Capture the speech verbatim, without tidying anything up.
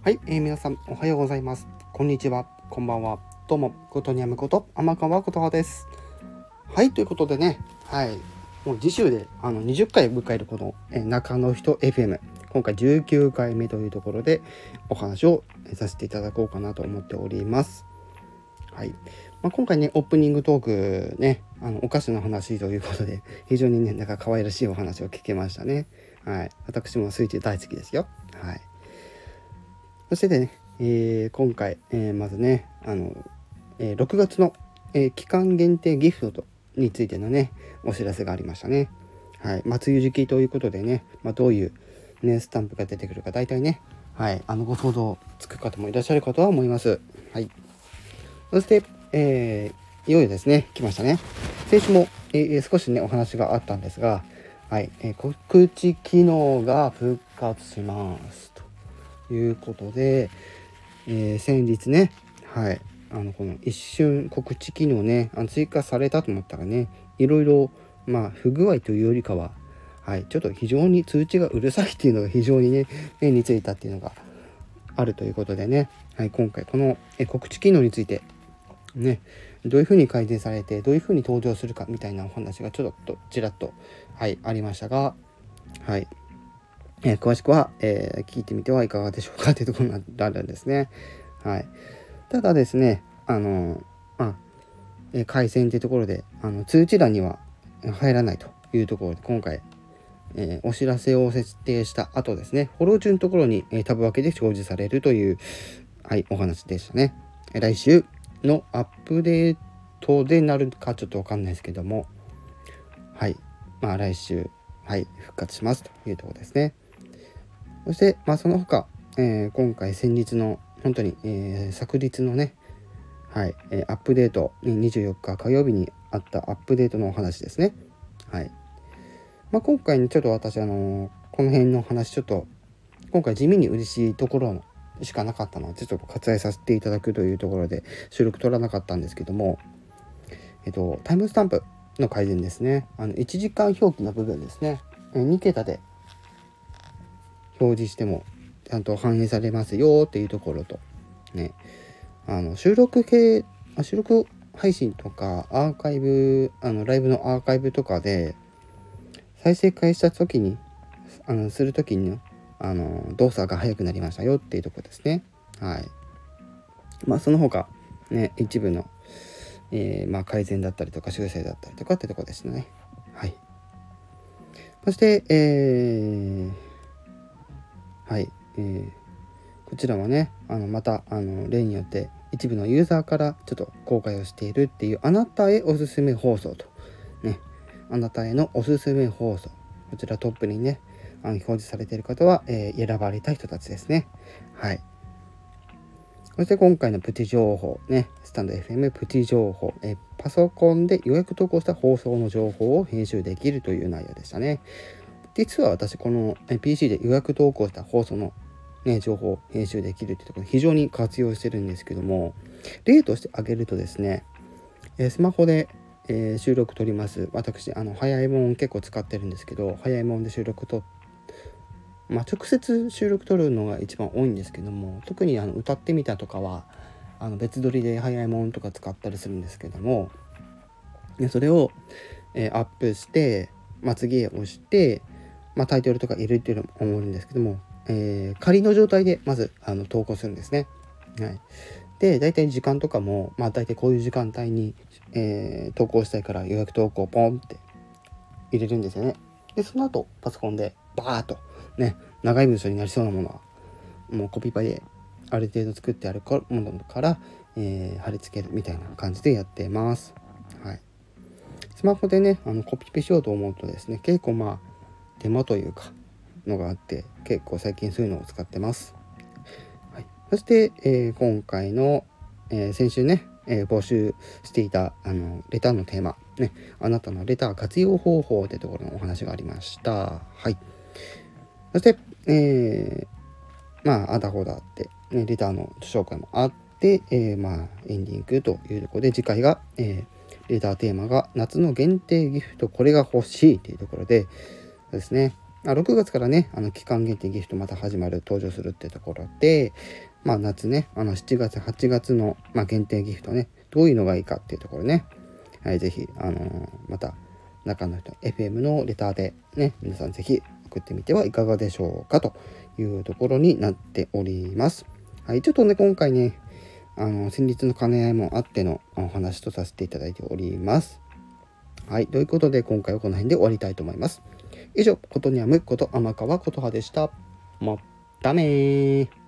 はい、えー、皆さんおはようございます。こんにちは、こんばんは。どうも、ことにゃむこと天川ことはです。はい、ということでね、はい、もう次週であのにじゅっかい迎えるこの、えー、中の人 エフエム、今回じゅうきゅうかいめというところでお話をさせていただこうかなと思っております。はい、まあ、今回ねオープニングトークね、あのお菓子の話ということで非常にねなんか可愛らしいお話を聞けましたね。はい、私もスイーツ大好きですよ。はい。そしてね、えー、今回、えー、まずね、あの、えー、ろくがつの、えー、期間限定ギフトについてのね、お知らせがありましたね。はい。梅雨時期ということでね、まあ、どういう、ね、スタンプが出てくるか、大体ね、はい、あの、ご想像つく方もいらっしゃるかとは思います。はい。そして、えー、いよいよですね、来ましたね。先週も、えー、少しね、お話があったんですが、はい、えー、告知機能が復活しますということで、えー、先日ね、はい、あのこの一瞬告知機能ね、あの追加されたと思ったらね、いろいろまあ不具合というよりかは、はい、ちょっと非常に通知がうるさいっていうのが非常にね目についたっていうのがあるということでね、はい、今回この告知機能についてね、どういうふうに改善されてどういうふうに登場するかみたいなお話がちょっとちらっと、はい、ありましたが、はい、えー、詳しくは、えー、聞いてみてはいかがでしょうかというところになるんですね。はい、ただですね、あのまあ、え回線というところであの通知欄には入らないというところで、今回、えー、お知らせを設定した後ですね、フォロー中のところに、えー、タブ分けで表示されるという、はい、お話でしたね。来週のアップデートでなるかちょっとわかんないですけども、はい、まあ来週、はい、復活しますというところですね。そして、まあ、その他、えー、今回先日の本当に、えー、昨日のね、はい、えー、アップデートにじゅうよっか火曜日にあったアップデートのお話ですね。はい。まあ、今回ねちょっと私あのー、この辺の話ちょっと今回地味に嬉しいところしかなかったのでちょっと割愛させていただくというところで収録取らなかったんですけども、えっとタイムスタンプの改善ですね。あのいちじかん表記の部分ですね。に桁で表示してもちゃんと反映されますよっていうところとね、あの収録系収録配信とかアーカイブあのライブのアーカイブとかで再生開始した時にあのする時に、ね、あの動作が速くなりましたよっていうところですね。はい。まあその他ね一部の、えー、まあ改善だったりとか修正だったりとかってところですね。はい。そして、えー、はい、えー、こちらはねあのまたあの例によって一部のユーザーからちょっと公開をしているっていうあなたへおすすめ放送とね、あなたへのおすすめ放送、こちらトップにねあの表示されている方は、えー、選ばれた人たちですね。はい。そして今回のプチ情報ね、スタンド エフエム プチ情報、えー、パソコンで予約投稿した放送の情報を編集できるという内容でしたね。実は私この ピーシー で予約投稿した放送のね、情報を編集できるっていうところ非常に活用してるんですけども、例として挙げるとですね、えー、スマホで、えー、収録撮ります。私あの早いもん結構使ってるんですけど、早いもんで収録撮っまあ直接収録撮るのが一番多いんですけども、特にあの歌ってみたとかはあの別撮りで早いもんとか使ったりするんですけども、でそれを、えー、アップして、まあ、次へ押して、まあ、タイトルとか入れてると思うんですけども、えー、仮の状態でまずあの投稿するんですね。はい。で、大体時間とかも、まあ大体こういう時間帯に、えー、投稿したいから予約投稿ポンって入れるんですよね。で、その後パソコンでバーっとね、長い文章になりそうなものはもうコピパである程度作ってあるものから、えー、貼り付けるみたいな感じでやってます。はい。スマホでね、あのコピペしようと思うとですね、結構まあ手間というかのがあって結構最近そういうのを使ってます。はい、そして、えー、今回の、えー、先週ね、えー、募集していたあのレターのテーマ、ね、あなたのレター活用方法ってところのお話がありました。はい。そして、えー、まああだこだって、ね、レターの紹介もあって、えー、まあエンディングというところで次回が、えー、レターテーマが夏の限定ギフトこれが欲しいというところでですね、 あろくがつからね、あの期間限定ギフトまた始まる、登場するってところで、まあ夏ね、あのしちがつ、はちがつの、まあ、限定ギフトね、どういうのがいいかっていうところね、はい、ぜひ、あのーまた中の人 エフエム のレターでね、皆さんぜひ送ってみてはいかがでしょうかというところになっております。はい、ちょっとね、今回ね、あの先日の兼ね合いもあってのお話とさせていただいております。はい、ということで今回はこの辺で終わりたいと思います。以上、ことにゃむこと天川琴葉でした。まったねー。